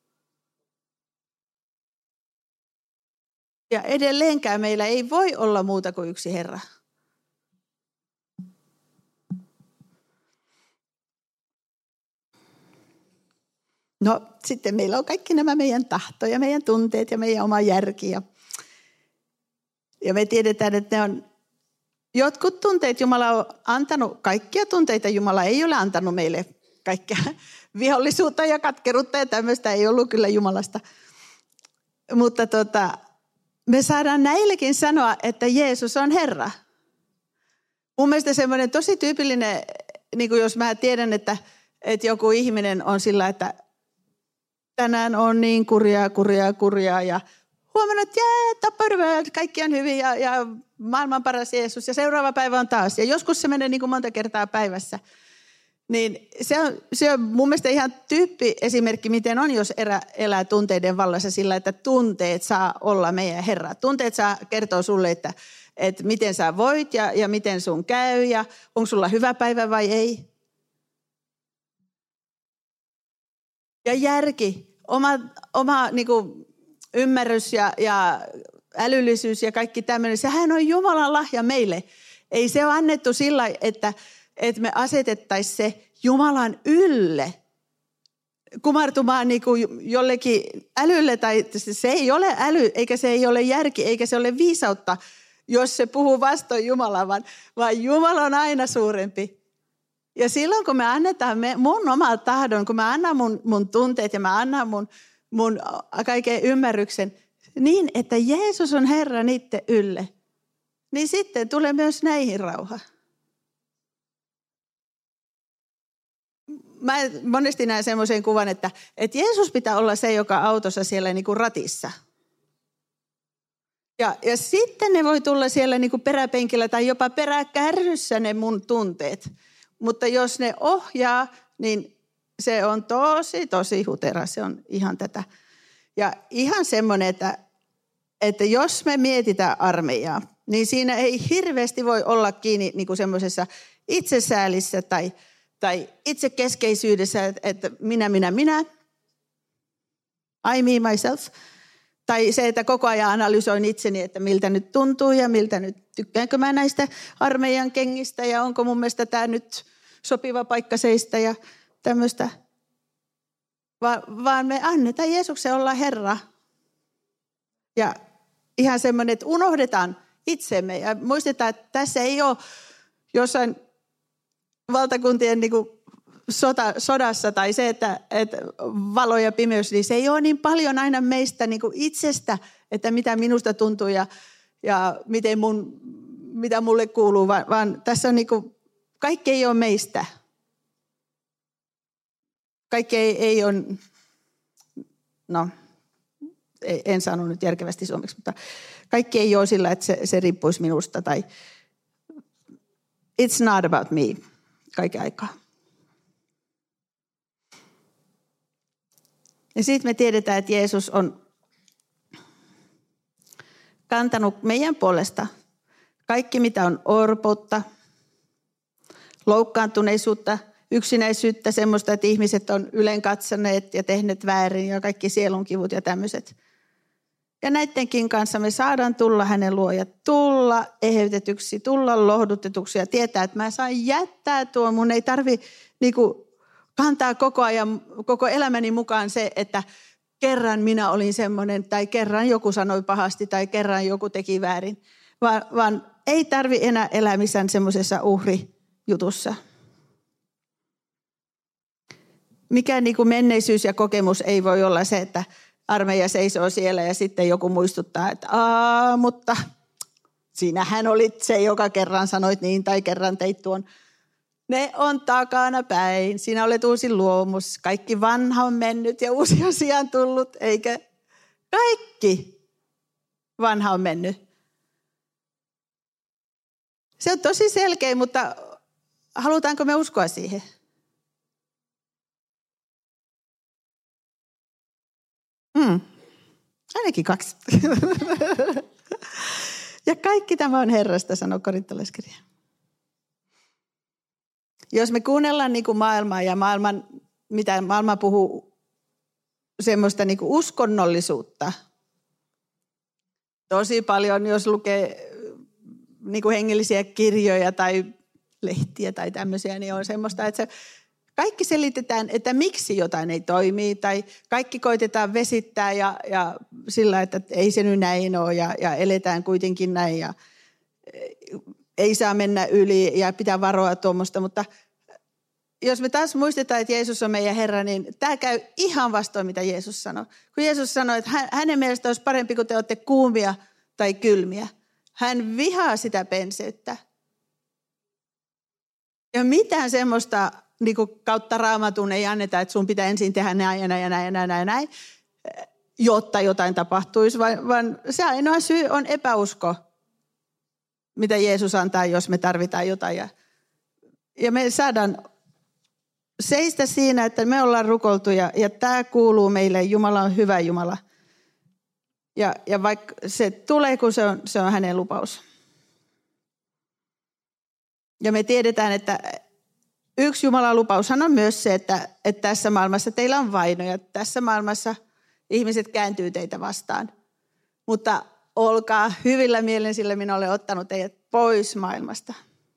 Ja edelleenkään meillä ei voi olla muuta kuin yksi Herra. No sitten meillä on kaikki nämä meidän tahto ja meidän tunteet ja meidän oma järki. Ja, ja me tiedetään, että ne on jotkut tunteet Jumala on antanut, kaikkia tunteita Jumala ei ole antanut meille. Kaikkea vihollisuutta ja katkeruutta ja tämmöistä ei ollut kyllä Jumalasta. Mutta tota, me saadaan näillekin sanoa, että Jeesus on Herra. Mun mielestä semmoinen tosi tyypillinen, niin kuin jos mä tiedän, että, että joku ihminen on sillä, että tänään on niin kurjaa, kurjaa, kurjaa ja huomannut, että yeah, top of the world, kaikki on hyvin ja, ja maailman paras Jeesus ja seuraava päivä on taas. Ja joskus se menee niin kuin monta kertaa päivässä. Niin se on, se on mun mielestä ihan tyyppi esimerkki, miten on, jos erä, elää tunteiden vallassa sillä, että tunteet saa olla meidän Herra. Tunteet saa kertoa sulle, että, että miten sä voit ja, ja miten sun käy ja onko sulla hyvä päivä vai ei. Ja järki, oma, oma niin kuin ymmärrys ja, ja älyllisyys ja kaikki tämmöinen, sehän on Jumalan lahja meille. Ei se ole annettu sillä, että, että me asetettaisiin se Jumalan ylle kumartumaan niin kuin jollekin älylle. Tai se ei ole äly, eikä se ei ole järki, eikä se ole viisautta jos se puhuu vastoin Jumalaa, vaan, vaan Jumala on aina suurempi. Ja silloin, kun me annetaan me, mun omaa tahdon, kun mä annan mun, mun tunteet ja mä annan mun, mun kaiken ymmärryksen, niin että Jeesus on Herra niiden ylle, niin sitten tulee myös näihin rauha. Mä monesti näen semmoisen kuvan, että, että Jeesus pitää olla se, joka autossa siellä niin kuin ratissa. Ja, ja sitten ne voi tulla siellä niin kuin peräpenkillä tai jopa peräkärryssä ne mun tunteet. Mutta jos ne ohjaa, niin se on tosi, tosi hutera. Se on ihan tätä. Ja ihan semmoinen, että, että jos me mietitään armeijaa, niin siinä ei hirveästi voi olla kiinni niin kuin semmoisessa itsesäälissä tai, tai itsekeskeisyydessä, että minä, minä, minä, I, me, myself. Tai se, että koko ajan analysoin itseni, että miltä nyt tuntuu ja miltä nyt tykkäänkö mä näistä armeijan kengistä ja onko mun mielestä tämä nyt sopiva paikka seistä ja tämmöistä. Va- vaan me annetaan Jeesuksen olla Herra. Ja ihan semmoinen, että unohdetaan itsemme ja muistetaan, että tässä ei ole jossain valtakuntien niin kuin sota, sodassa tai se, että, että valo ja pimeys, niin se ei ole niin paljon aina meistä niin kuin itsestä, että mitä minusta tuntuu ja, ja miten mun, mitä mulle kuuluu, vaan, vaan tässä on niin kuin, kaikki ei ole meistä. Kaikki ei, ei ole, no en sano nyt järkevästi suomeksi, mutta kaikki ei ole sillä, että se, se riippuisi minusta tai it's not about me kaiken aikaa. Ja sitten me tiedetään, että Jeesus on kantanut meidän puolesta kaikki, mitä on orpoutta, loukkaantuneisuutta, yksinäisyyttä, semmoista, että ihmiset on ylenkatsoneet ja tehneet väärin ja kaikki sielunkivut ja tämmöiset. Ja näidenkin kanssa me saadaan tulla hänen luo ja tulla eheytetyksi, tulla lohdutetuksi ja tietää, että mä saan jättää tuon. Mun ei tarvi niinku kantaa koko ajan, koko elämäni mukaan se, että kerran minä olin semmoinen tai kerran joku sanoi pahasti tai kerran joku teki väärin. Vaan, vaan ei tarvi enää elää missään semmoisessa uhrijutussa. Mikään niin kuin menneisyys ja kokemus ei voi olla se, että armeija seisoo siellä ja sitten joku muistuttaa, että aa, mutta sinähän olit se, joka kerran sanoit niin tai kerran teit tuon. Ne on takana päin. Sinä olet uusi luomus. Kaikki vanha on mennyt ja uusi asia on tullut, eikä kaikki vanha on mennyt. Se on tosi selkeä, mutta halutaanko me uskoa siihen? Hmm. Ainakin kaksi. Ja kaikki tämä on Herrasta, sanoo korintolaiskirja. Jos me kuunnellaan niin kuin maailmaa ja maailman, mitä maailma puhuu, semmoista niin kuin uskonnollisuutta, tosi paljon, jos lukee niin kuin hengellisiä kirjoja tai lehtiä tai tämmöisiä, niin on semmoista, että se, kaikki selitetään, että miksi jotain ei toimi, tai kaikki koitetaan vesittää ja, ja sillä, että ei se nyt näin ole ja, ja eletään kuitenkin näin ja ei saa mennä yli ja pitää varoa tuommoista, mutta jos me taas muistetaan, että Jeesus on meidän Herra, niin tämä käy ihan vastoin, mitä Jeesus sanoi. Kun Jeesus sanoi, että hänen mielestä olisi parempi, kun te olette kuumia tai kylmiä. Hän vihaa sitä penseyttä. Ja mitään semmoista niin kuin kautta Raamatun ei anneta, että sun pitää ensin tehdä näin ja näin ja näin ja näin ja näin, jotta jotain tapahtuisi, vaan, vaan se ainoa syy on epäusko, mitä Jeesus antaa, jos me tarvitaan jotain. Ja, ja me saadaan seistä siinä, että me ollaan rukoiltu ja, ja tämä kuuluu meille. Jumala on hyvä Jumala. Ja, ja vaikka se tulee, kun se on, se on hänen lupaus. Ja me tiedetään, että yksi Jumalan lupaushan on myös se, että, että tässä maailmassa teillä on vainoja. Tässä maailmassa ihmiset kääntyy teitä vastaan. Mutta olkaa hyvillä mielen, sillä minä olen ottanut teidät pois maailmasta.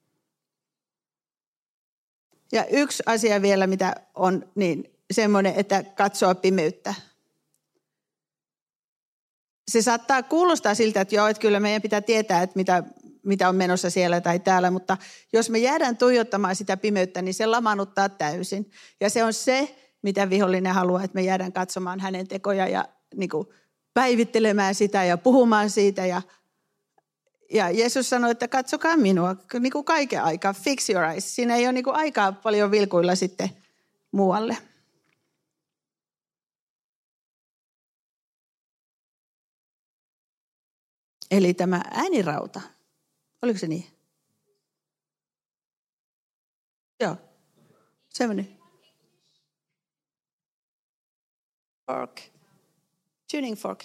Ja yksi asia vielä, mitä on, niin semmoinen, että katsoa pimeyttä. se saattaa kuulostaa siltä, että joo, että kyllä meidän pitää tietää, että mitä, mitä on menossa siellä tai täällä, mutta jos me jäädään tuijottamaan sitä pimeyttä, niin se lamaannuttaa täysin. Ja se on se, mitä vihollinen haluaa, että me jäädään katsomaan hänen tekoja ja niin kuin päivittelemään sitä ja puhumaan siitä. Ja, ja Jeesus sanoi, että katsokaa minua niin kuin kaiken aikaa, fix your eyes. Siinä ei ole niin kuin aikaa paljon vilkuilla sitten muualle. Eli tämä äänirauta, oliko se niin? Joo, semmoinen. Fork. Tuning fork.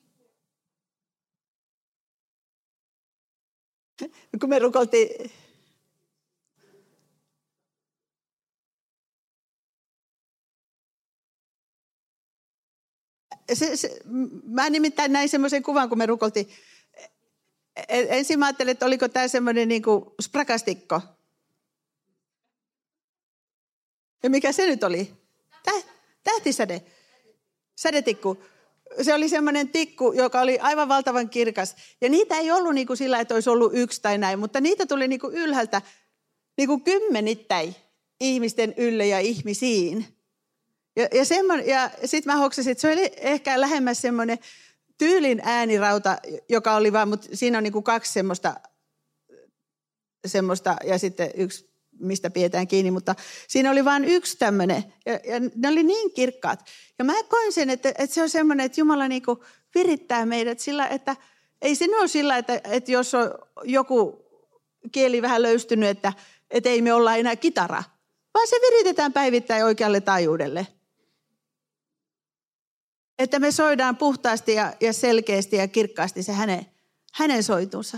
Kun me rukoltiin... Se, se, mä nimittäin näin semmoisen kuvan, kun me rukoltiin. Ensin mä ajattelin, että oliko tämä semmoinen niin kuin sprakastikko. Ja mikä se nyt oli? Täh, tähtisäde. Sädetikku. Se oli semmoinen tikku, joka oli aivan valtavan kirkas. Ja niitä ei ollut niin kuin sillä, että olisi ollut yksi tai näin, mutta niitä tuli niin kuin ylhäältä niin kuin kymmenittäin ihmisten ylle ja ihmisiin. Ja, ja, ja sitten mä hoksasin, että se oli ehkä lähemmäs semmoinen tyylin äänirauta, joka oli vaan, mutta siinä on niin kuin kaksi semmoista, semmoista ja sitten yksi, mistä pidetään kiinni, mutta siinä oli vain yksi tämmöinen ja, ja ne oli niin kirkkaat. Ja mä koin sen, että, että se on semmoinen, että Jumala niin kuin virittää meidät sillä, että ei se ole sillä, että, että jos on joku kieli vähän löystynyt, että, että ei me olla enää kitara, vaan se viritetään päivittäin oikealle taajuudelle. Että me soidaan puhtaasti ja, ja selkeästi ja kirkkaasti se hänen, hänen soitunsa.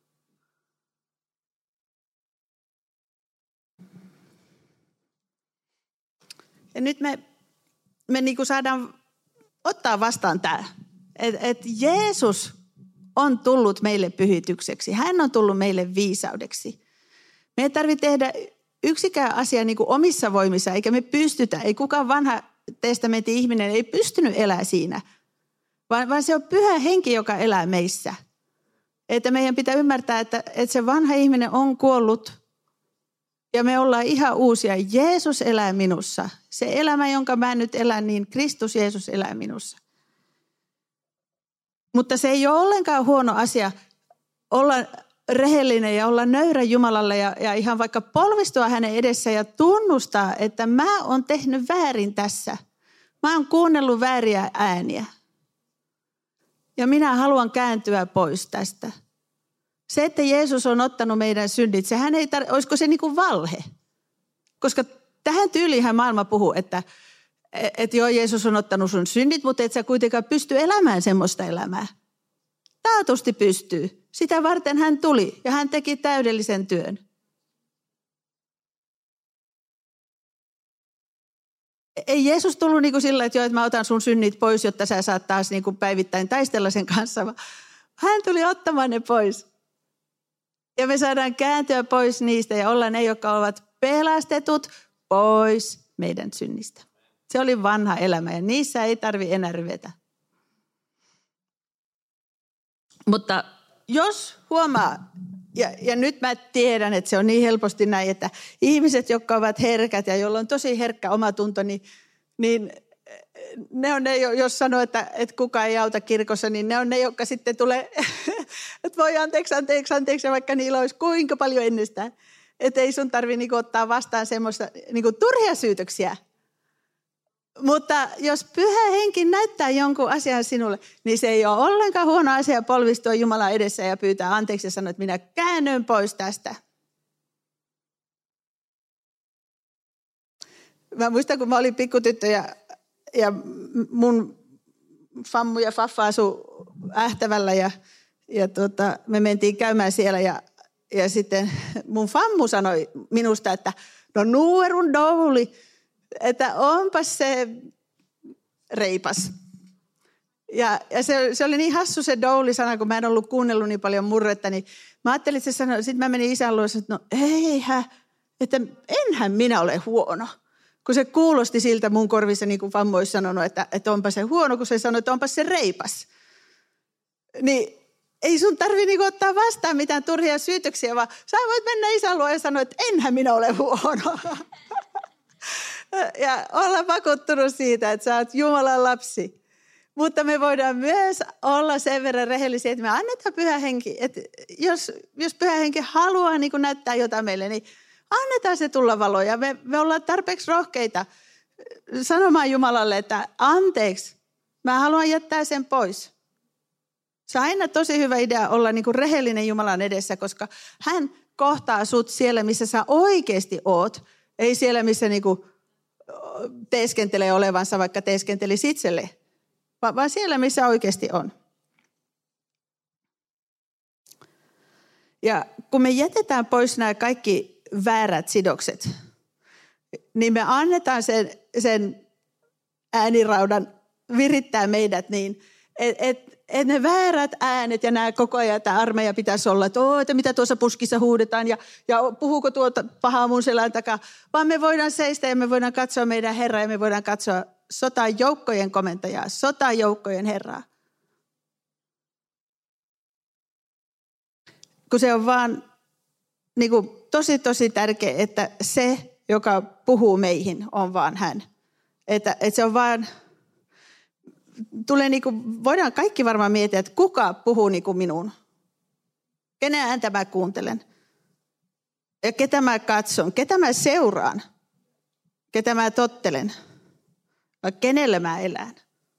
Ja nyt me, me niin kuin saadaan ottaa vastaan tämä, että et Jeesus on tullut meille pyhitykseksi. Hän on tullut meille viisaudeksi. Me ei tarvitse tehdä yksikään asia niin kuin omissa voimissa, eikä me pystytä. Ei kukaan vanha testamentin ihminen ei pystynyt elämään siinä, vaan, vaan se on pyhä henki, joka elää meissä. Että meidän pitää ymmärtää, että, että se vanha ihminen on kuollut ja me ollaan ihan uusia. Jeesus elää minussa. Se elämä, jonka mä nyt elän, niin Kristus Jeesus elää minussa. Mutta se ei ole ollenkaan huono asia olla rehellinen ja olla nöyrä Jumalalle ja, ja ihan vaikka polvistua hänen edessä ja tunnustaa, että mä oon tehnyt väärin tässä. Mä oon kuunnellut vääriä ääniä. Ja minä haluan kääntyä pois tästä. Se, että Jeesus on ottanut meidän synnit, sehän ei tar- olisiko se niin kuin valhe? Koska tähän tyyliinhän maailma puhuu, että että joo, Jeesus on ottanut sun synnit, mutta et sä kuitenkaan pysty elämään semmoista elämää. Taatusti pystyy. Sitä varten hän tuli ja hän teki täydellisen työn. Ei Jeesus tullut niin kuin sillä, että, joo, että mä otan sun synnit pois, jotta sä saat taas niin kuin päivittäin taistella sen kanssa. Hän tuli ottamaan ne pois. Ja me saadaan kääntyä pois niistä ja olla ne, jotka ovat pelastetut pois meidän synnistä. Se oli vanha elämä ja niissä ei tarvitse enää ryvetä. Mutta jos huomaa, ja, ja nyt mä tiedän, että se on niin helposti näin, että ihmiset, jotka ovat herkät ja joilla on tosi herkkä omatunto, niin, niin ne on ne, jos sanoo, että, että kukaan ei auta kirkossa, niin ne on ne, jotka sitten tulee, että voi anteeksi, anteeksi, anteeksi, vaikka niillä olisi kuinka paljon ennestään. Että ei sun tarvitse niinku ottaa vastaan semmoista niinku turhia syytöksiä. Mutta jos pyhä henki näyttää jonkun asian sinulle, niin se ei ole ollenkaan huono asia polvistua Jumalan edessä ja pyytää anteeksi ja sanoa, että minä käännyn pois tästä. Mä muistan, kun mä olin pikkutyttö ja, ja mun fammu ja faffa asui Ähtävällä ja, ja tota, me mentiin käymään siellä ja, ja sitten mun fammu sanoi minusta, että no nuerun douli, että onpas se reipas. Ja, ja se, se oli niin hassu se douli-sana, kun mä en ollut kuunnellut niin paljon murretta, niin mä ajattelin, että se sanoi, sitten mä menin isän luokse, että no eihän, että enhän minä ole huono. Kun se kuulosti siltä mun korvissa, niin kuin fammo olisi sanonut, että, että onpa se huono, kun se sanoi, että onpa se reipas. niin ei sun tarvitse niinku ottaa vastaan mitään turhia syytöksiä, vaan sä voit mennä isän luo ja sanoa, että enhän minä ole huono. Ja olla vakuuttunut siitä, että sä oot Jumalan lapsi. Mutta me voidaan myös olla sen verran rehellisiä, että me annetaan Pyhä Henki. Että jos, jos Pyhä Henki haluaa niin kuin näyttää jotain meille, niin annetaan se tulla valoja. Me, me ollaan tarpeeksi rohkeita sanomaan Jumalalle, että anteeksi, mä haluan jättää sen pois. Se on aina tosi hyvä idea olla niin kuin rehellinen Jumalan edessä, koska hän kohtaa sut siellä, missä sä oikeasti oot. Ei siellä, missä niin kuin teeskentelee olevansa, vaikka teeskentelisi itselle, vaan siellä, missä oikeasti on. Ja kun me jätetään pois nämä kaikki väärät sidokset, niin me annetaan sen, sen ääniraudan virittää meidät niin, että et, et ne väärät äänet ja nämä koko ajan tämä armeija pitäisi olla, että, oo, että mitä tuossa puskissa huudetaan ja, ja puhuuko tuota pahaa mun selän takaa, vaan me voidaan seistä ja me voidaan katsoa meidän Herraa ja me voidaan katsoa sotajoukkojen komentajaa, sotajoukkojen Herraa. Kun se on vaan niin kuin, tosi tosi tärkeä, että se, joka puhuu meihin, on vaan hän. Että, että se on vaan, tulee niin kuin, voidaan kaikki varmaan miettiä, että kuka puhuu niin kuin minuun. Kenen ääntä mä kuuntelen? Ja ketä mä katson? Ketä mä seuraan? Ketä mä tottelen? Vai kenelle mä elän?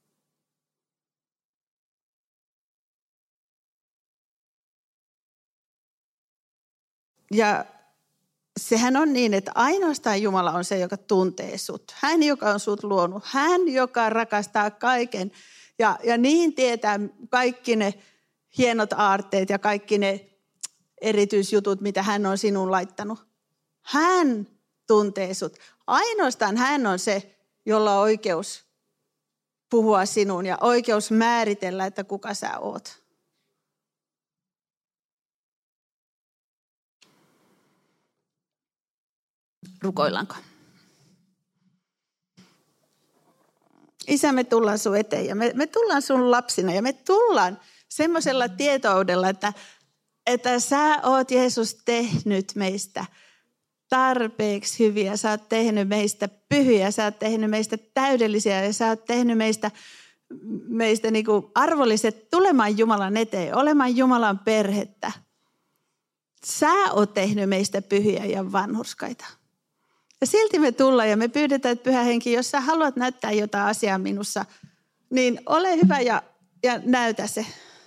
Ja sehän on niin, että ainoastaan Jumala on se, joka tuntee sut. Hän, joka on sut luonut. Hän, joka rakastaa kaiken. Ja, ja niin tietää kaikki ne hienot aarteet ja kaikki ne erityisjutut, mitä hän on sinun laittanut. Hän tuntee sut. Ainoastaan hän on se, jolla on oikeus puhua sinuun ja oikeus määritellä, että kuka sä oot. Rukoillaanko? Isä, me tullaan sun eteen ja me, me tullaan sun lapsina ja me tullaan semmoisella tietoudella, että, että sä oot Jeesus tehnyt meistä tarpeeksi hyviä. Sä oot tehnyt meistä pyhiä, sä oot tehnyt meistä täydellisiä ja sä oot tehnyt meistä, meistä niin kuin arvolliset tulemaan Jumalan eteen, olemaan Jumalan perhettä. Sä oot tehnyt meistä pyhiä ja vanhurskaita. Ja silti me tullaan ja me pyydetään, että Pyhä Henki, jos sä haluat näyttää jotain asiaa minussa, niin ole hyvä ja, ja näytä se.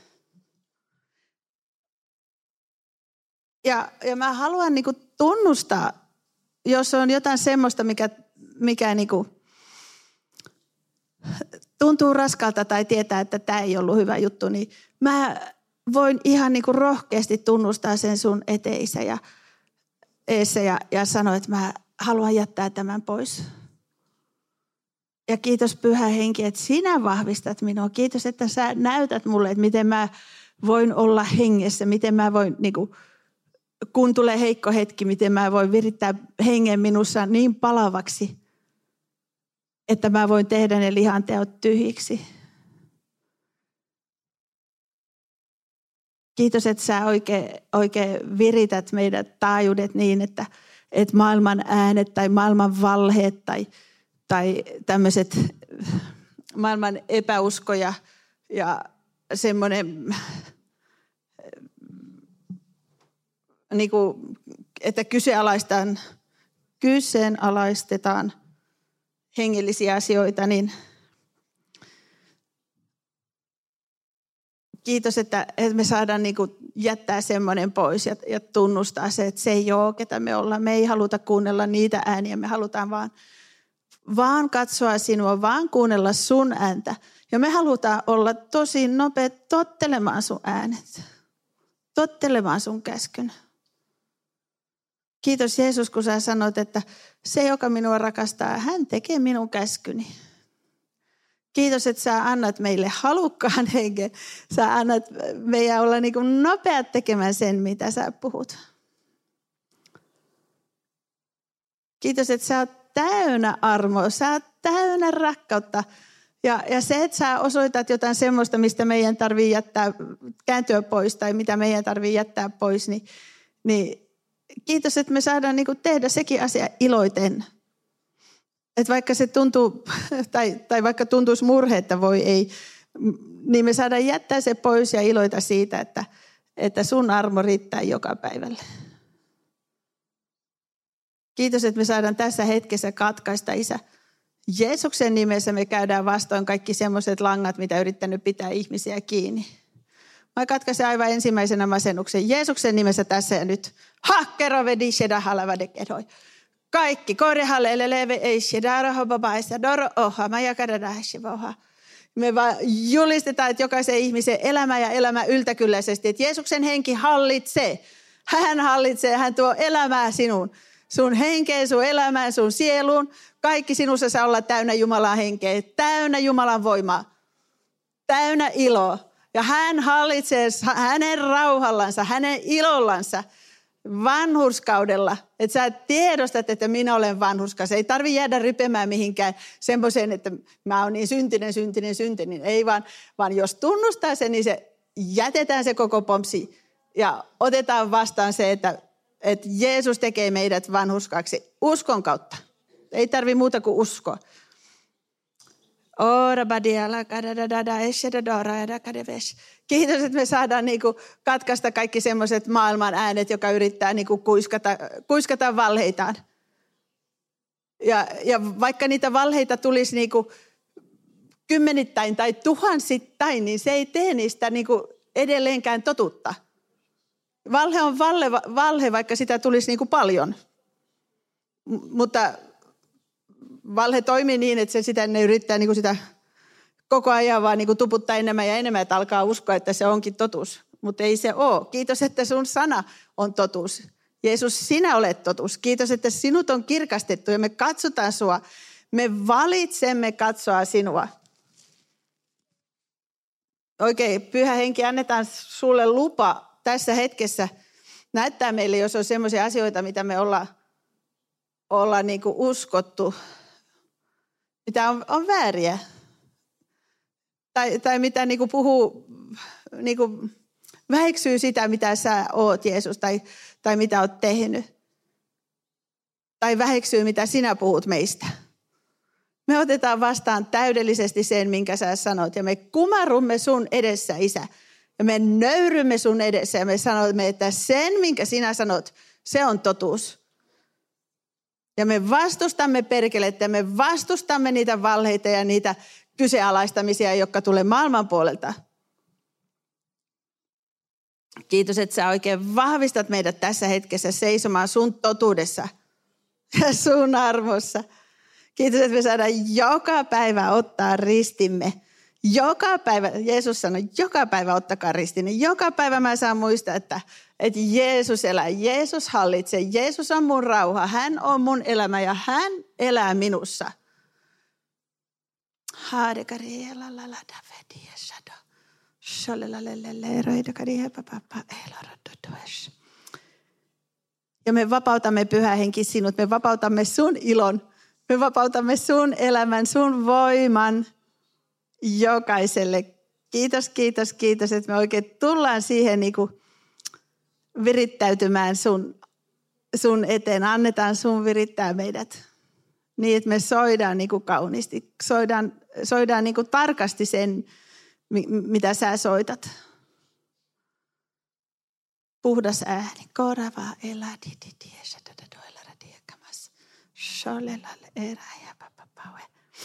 Ja, ja mä haluan niin kuin tunnustaa, jos on jotain semmoista, mikä, mikä niin kuin tuntuu raskalta tai tietää, että tämä ei ollut hyvä juttu, niin mä voin ihan niin kuin rohkeasti tunnustaa sen sun eteisä ja, eessä ja, ja sanoa, että mä haluan jättää tämän pois. Ja kiitos Pyhä Henki, että sinä vahvistat minua. Kiitos, että sä näytät mulle, että miten mä voin olla hengessä, miten mä voin, niin kuin, kun tulee heikko hetki, miten mä voin virittää hengen minussa niin palavaksi, että mä voin tehdä ne lihanteot tyhjiksi. Kiitos, että sä oikein, oikein virität meidät taajuudet niin, että, että maailman äänet tai maailman valheet tai, tai tämmöiset maailman epäusko ja, ja semmoinen, niin kuin, että kyseenalaistetaan, kyseenalaistetaan hengellisiä asioita, niin kiitos, että me saadaan niin kuin jättää semmoinen pois ja, ja tunnustaa se, että se ei ole, ketä me ollaan. Me ei haluta kuunnella niitä ääniä, me halutaan vaan, vaan katsoa sinua, vaan kuunnella sun ääntä. Ja me halutaan olla tosi nopeat tottelemaan sun äänet, tottelemaan sun käskyn. Kiitos Jeesus, kun sä sanot, että se, joka minua rakastaa, hän tekee minun käskyni. Kiitos, että sä annat meille halukkaan hengen. Sä annat meidän olla niin kuin nopeat tekemään sen, mitä sä puhut. Kiitos, että sä oot täynnä armoa, sä oot täynnä rakkautta Ja, ja se, että sä osoitat jotain semmoista, mistä meidän tarvii jättää, kääntyä pois tai mitä meidän tarvii jättää pois, niin, niin kiitos, että me saadaan niin kuin tehdä sekin asia iloiten. Että vaikka se tuntuu, tai, tai vaikka tuntuisi murhe, että voi ei, niin me saadaan jättää se pois ja iloita siitä, että, että sun armo riittää joka päivälle. Kiitos, että me saadaan tässä hetkessä katkaista, Isä. Jeesuksen nimessä me käydään vastoin kaikki semmoiset langat, mitä yrittänyt pitää ihmisiä kiinni. Mä katkaisen aivan ensimmäisenä masennuksen. Jeesuksen nimessä tässä ja nyt. Ha, kerro vedi sheda halavade keroi. Kaikki. Korjahalle eleleve ei shedara hobabaisa doro oha. Mä jakadada shivoha. Me vaan julistetaan, että jokaisen ihmisen elämä ja elämä yltäkylläisesti. Että Jeesuksen henki hallitsee. Hän hallitsee, hän tuo elämää sinuun. Sun henkeen, sun elämään, sun sieluun. Kaikki sinussa saa olla täynnä Jumalan henkeä, täynnä Jumalan voimaa, täynnä iloa. Ja hän hallitsee hänen rauhallansa, hänen ilollansa vanhurskaudella. Että sä tiedostat, että minä olen vanhurskas. Ei tarvitse jäädä rypemään mihinkään semmoiseen, että mä oon niin syntinen, syntinen, syntinen. Ei vaan, vaan jos tunnustaa sen, niin se jätetään se koko pomsi ja otetaan vastaan se, että että Jeesus tekee meidät vanhurskaksi uskon kautta. Ei tarvitse muuta kuin uskoa. Kiitos, että me saadaan niinku katkaista kaikki semmoiset maailman äänet, joka yrittää niinku kuiskata, kuiskata valheitaan. Ja, ja vaikka niitä valheita tulisi niinku kymmenittäin tai tuhansittain, niin se ei tee niistä niinku edelleenkään totuutta. Valhe on valhe, valhe, vaikka sitä tulisi niin kuin paljon. M- mutta valhe toimii niin, että se sitä ne yrittää niin kuin sitä koko ajan vaan niin kuin tuputtaa enemmän ja enemmän, että alkaa uskoa, että se onkin totuus. Mutta ei se ole. Kiitos, että sun sana on totuus. Jeesus, sinä olet totuus. Kiitos, että sinut on kirkastettu ja me katsotaan sua. Me valitsemme katsoa sinua. Oikein, Pyhä Henki, annetaan sulle lupa tässä hetkessä näyttää meille, jos on semmoisia asioita, mitä me ollaan, ollaan niin kuin uskottu, mitä on, on vääriä. Tai, tai mitä niin kuin puhuu, niin kuin väheksyy sitä, mitä sä oot, Jeesus, tai, tai mitä oot tehnyt. Tai väheksyy, mitä sinä puhut meistä. Me otetaan vastaan täydellisesti sen, minkä sä sanot, ja me kumarrumme sun edessä, Isä. Ja me nöyrymme sun edessä ja me sanomme, että sen, minkä sinä sanot, se on totuus. Ja me vastustamme perkelettä, me vastustamme niitä valheita ja niitä kyseenalaistamisia, jotka tulee maailman puolelta. Kiitos, että sä oikein vahvistat meidät tässä hetkessä seisomaan sun totuudessa ja sun armossa. Kiitos, että me saadaan joka päivä ottaa ristimme. Joka päivä, Jeesus sanoi, joka päivä ottakaa ristinne. Joka päivä mä saan muistaa, että, että Jeesus elää, Jeesus hallitsee, Jeesus on mun rauha, hän on mun elämä ja hän elää minussa. Ja me vapautamme, Pyhä Henki, sinut, me vapautamme sun ilon, me vapautamme sun elämän, sun voiman. Jokaiselle. Kiitos, kiitos, kiitos, että me oikein tullaan siihen niin kuin virittäytymään sun, sun eteen. Annetaan sun virittää meidät niin, että me soidaan niin kuin kauniisti. Soidaan, soidaan niin kuin tarkasti sen, mitä sä soitat. Puhdas ääni. Korava eladi didiesä doilla radiekamas. Sholelalle eräjä papapaue.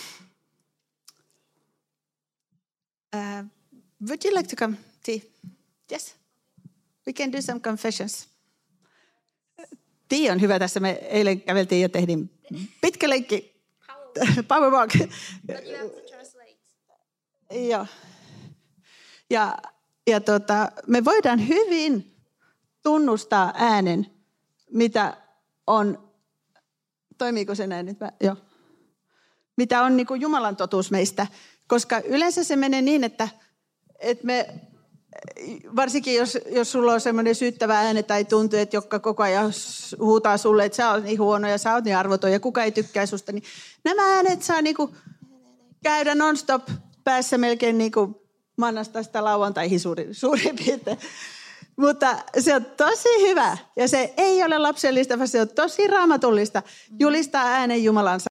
Uh, would you like to come, T? Yes. We can do some confessions. T on hyvä tässä. Me eilen käveltiin ja tehtiin pitkä lenkki. Power walk. But you have to translate. Joo. Ja, ja tota, me voidaan hyvin tunnustaa äänen, mitä on, toimiiko se näin nyt? Mä, joo. Mitä on niin kuin Jumalan totuus meistä. Koska yleensä se menee niin, että, että me, varsinkin jos, jos sulla on semmoinen syyttävä ääni tai tuntuu, että joka koko ajan huutaa sulle, että sä oot niin huono ja sä oot niin arvoton ja kuka ei tykkää susta, niin nämä äänet saa niinku käydä non-stop päässä melkein niin kuin maanantaista lauantaihin suurin, suurin piirtein. Mutta se on tosi hyvä ja se ei ole lapsellista, vaan se on tosi raamatullista. Julistaa äänen Jumalan